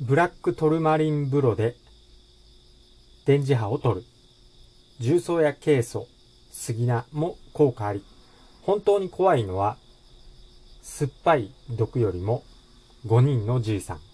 ブラックトルマリン風呂で電磁波を取る。重曹やケイ素、スギナも効果あり。本当に怖いのは酸っぱい毒よりも5人のじいさん。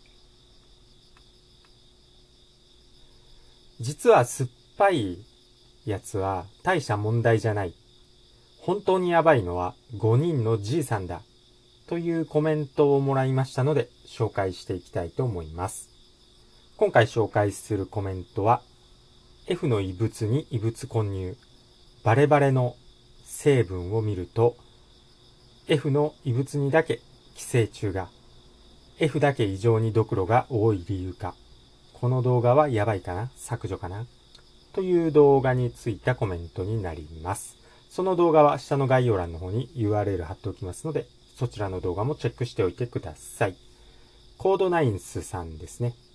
実は酸っぱいやつは大した問題じゃない。本当にやばいのは5人のじいさんだ。というコメントをもらいましたので紹介していきたいと思います。今回紹介するコメントは F の異物に異物混入。バレバレの成分を見ると F の異物にだけ寄生虫が F だけ異常にドクロが多い理由か。この動画はやばいかな、削除かなという動画についたコメントになります。その動画は下の概要欄の方に URL 貼っておきますので、そちらの動画もチェックしておいてください。コードナインスさんですね。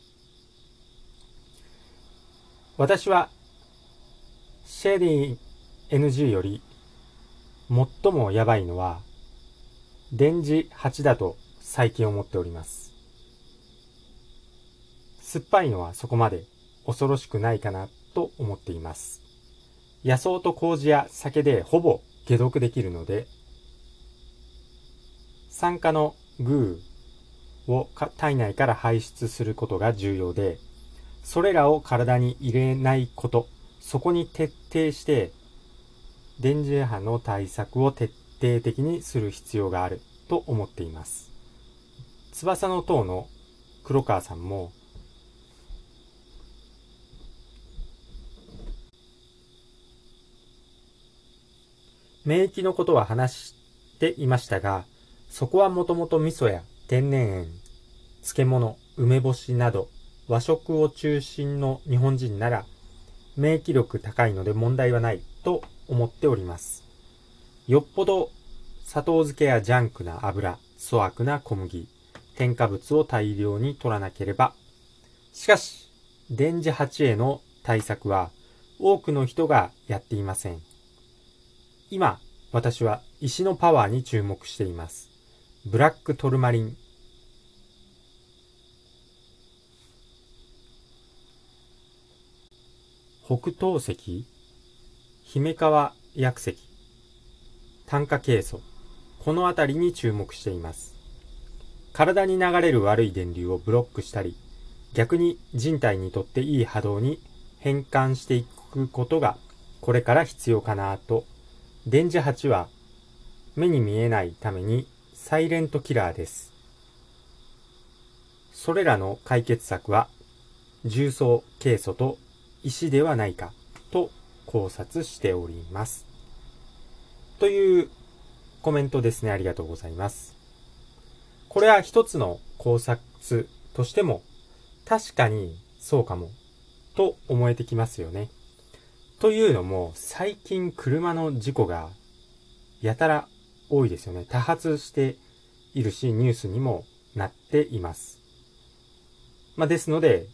私はシェディ NG より最もやばいのは電磁8だと最近思っております。酸っぱいのはそこまで恐ろしくないかなと思っています。野草と麹や酒でほぼ解毒できるので、酸化のグーを体内から排出することが重要で、それらを体に入れないこと、そこに徹底して電磁波の対策を徹底的にする必要があると思っています。翼の塔の黒川さんも免疫のことは話していましたが、そこはもともと味噌や天然塩、漬物、梅干しなど和食を中心の日本人なら免疫力高いので問題はないと思っております。よっぽど砂糖漬けやジャンクな油、粗悪な小麦、添加物を大量に取らなければ。しかし、電磁波への対策は多くの人がやっていません。今、私は石のパワーに注目しています。ブラックトルマリン。北東石、姫川薬石、炭化ケイ素。このあたりに注目しています。体に流れる悪い電流をブロックしたり、逆に人体にとっていい波動に変換していくことがこれから必要かなと。電磁波は目に見えないためにサイレントキラーです。それらの解決策は重曹、ケイ素と石ではないかと考察しております。というコメントですね。ありがとうございます。これは一つの考察としても確かにそうかもと思えてきますよね。というのも最近車の事故がやたら多いですよね。多発しているしニュースにもなっています。ですので、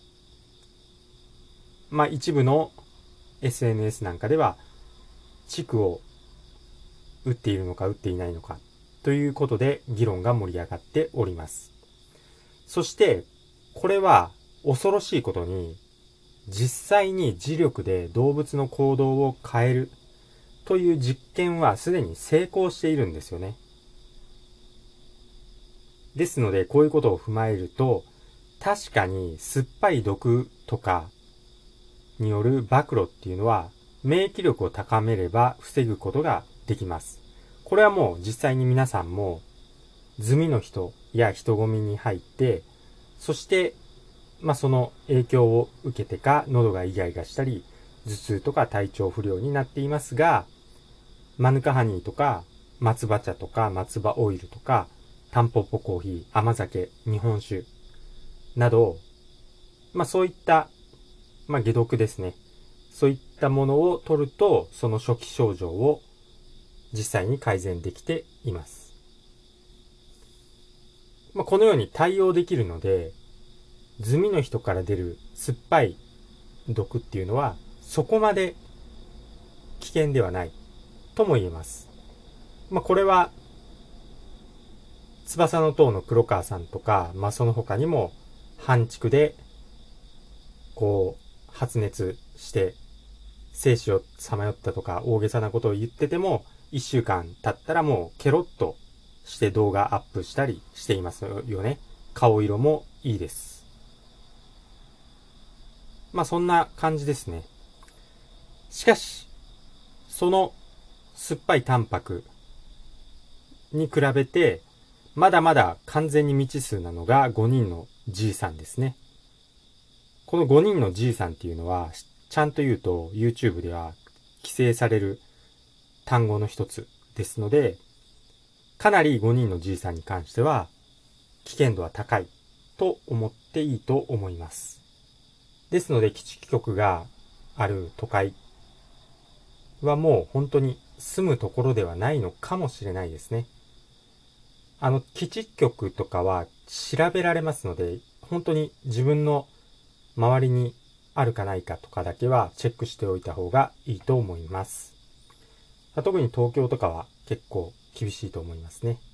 一部の SNS なんかでは地区を打っているのか打っていないのかということで議論が盛り上がっております。そしてこれは恐ろしいことに実際に磁力で動物の行動を変えるという実験はすでに成功しているんですよね。ですのでこういうことを踏まえると確かに酸っぱい毒とかによる暴露っていうのは免疫力を高めれば防ぐことができます。これはもう実際に皆さんもズミの人や人混みに入ってそしてその影響を受けてか喉がイガイガしたり頭痛とか体調不良になっていますが、マヌカハニーとか松葉茶とか松葉オイルとかタンポポコーヒー、甘酒、日本酒などそういった解毒ですね。そういったものを取るとその初期症状を実際に改善できています。このように対応できるのでズミの人から出る酸っぱい毒っていうのはそこまで危険ではないとも言えます。これは翼の塔の黒川さんとか、その他にも半畜で発熱して生死をさまよったとか大げさなことを言ってても、1週間経ったらもうケロッとして動画アップしたりしていますよね。顔色もいいです。そんな感じですね。しかしその酸っぱいタンパクに比べてまだまだ完全に未知数なのが5人のじいさんですね。この5人のじいさんっていうのはちゃんと言うと YouTube では規制される単語の一つですので、かなり5人のじいさんに関しては危険度は高いと思っていいと思います。ですので基地局がある都会はもう本当に住むところではないのかもしれないですね。基地局とかは調べられますので、本当に自分の周りにあるかないかとかだけはチェックしておいた方がいいと思います。特に東京とかは結構厳しいと思いますね。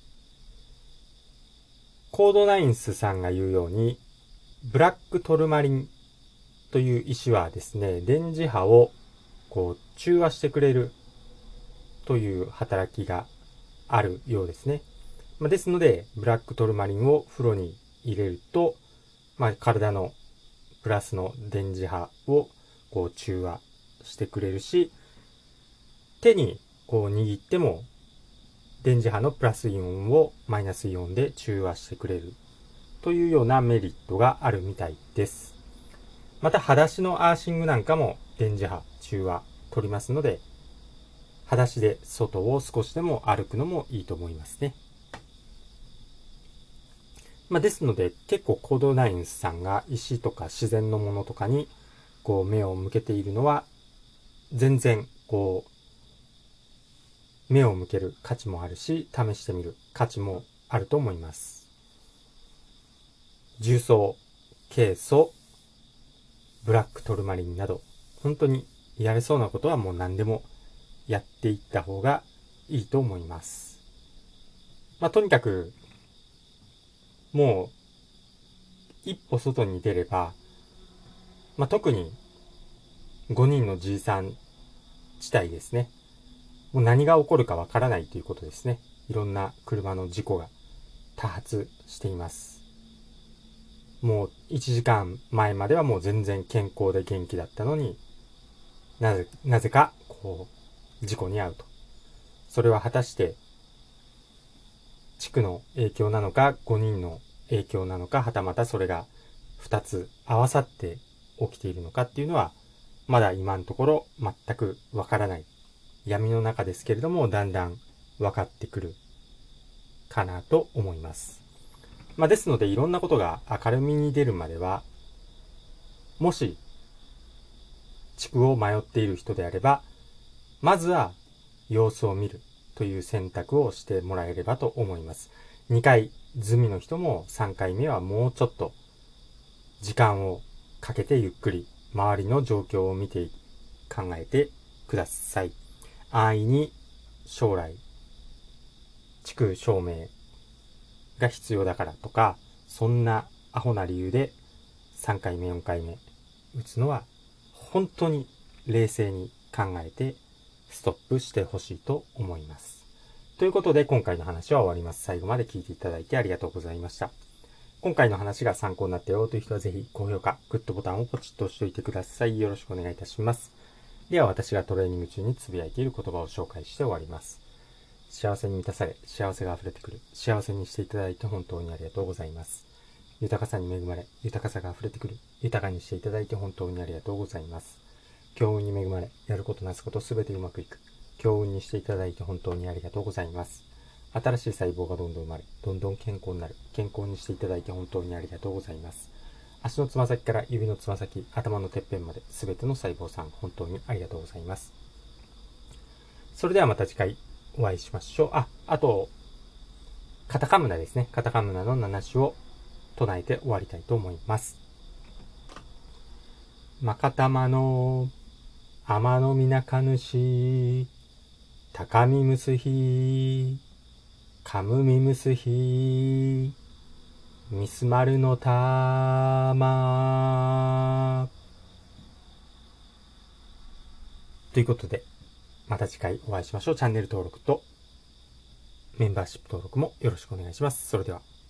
コードナインスさんが言うように、ブラックトルマリンという石はですね、電磁波を中和してくれるという働きがあるようですね。ですので、ブラックトルマリンを風呂に入れると、体のプラスの電磁波を中和してくれるし、手に握っても電磁波のプラスイオンをマイナスイオンで中和してくれるというようなメリットがあるみたいです。また裸足のアーシングなんかも電磁波中和取りますので、裸足で外を少しでも歩くのもいいと思いますね。ですので結構コードナインスさんが石とか自然のものとかに目を向けているのは全然目を向ける価値もあるし、試してみる価値もあると思います。重曹、ケイ素、ブラックトルマリンなど本当にやれそうなことはもう何でもやっていった方がいいと思います。とにかくもう一歩外に出れば、特に5人のじいさん地帯ですね。もう何が起こるかわからないということですね。いろんな車の事故が多発しています。もう1時間前まではもう全然健康で元気だったのに、なぜか事故に遭うと。それは果たして地区の影響なのか5人の影響なのか、はたまたそれが2つ合わさって起きているのかっていうのはまだ今のところ全くわからない闇の中ですけれども、だんだん分かってくるかなと思います。ですのでいろんなことが明るみに出るまでは、もし地区を迷っている人であれば、まずは様子を見るという選択をしてもらえればと思います。2回済みの人も3回目はもうちょっと時間をかけてゆっくり周りの状況を見て考えてください。安易に将来地区証明が必要だからとか、そんなアホな理由で3回目4回目打つのは本当に冷静に考えてストップしてほしいと思います。ということで今回の話は終わります。最後まで聞いていただいてありがとうございました。今回の話が参考になったよという人はぜひ高評価、グッドボタンをポチッと押しておいてください。よろしくお願いいたします。では私がトレーニング中につぶやいている言葉を紹介して終わります。幸せに満たされ、幸せが溢れてくる。幸せにしていただいて本当にありがとうございます。豊かさに恵まれ、豊かさが溢れてくる。豊かにしていただいて本当にありがとうございます。強運に恵まれ、やることなすことすべてうまくいく。強運にしていただいて本当にありがとうございます。新しい細胞がどんどん生まれ、どんどん健康になる。健康にしていただいて本当にありがとうございます。足のつま先から指のつま先、頭のてっぺんまで、すべての細胞さん、本当にありがとうございます。それではまた次回お会いしましょう。あと、カタカムナですね。カタカムナの7種を唱えて終わりたいと思います。まかたまの天のみなかぬし、高みむすひ、かむみむすひ、 ミスマルのたまということで、また次回お会いしましょう。チャンネル登録とメンバーシップ登録もよろしくお願いします。それでは。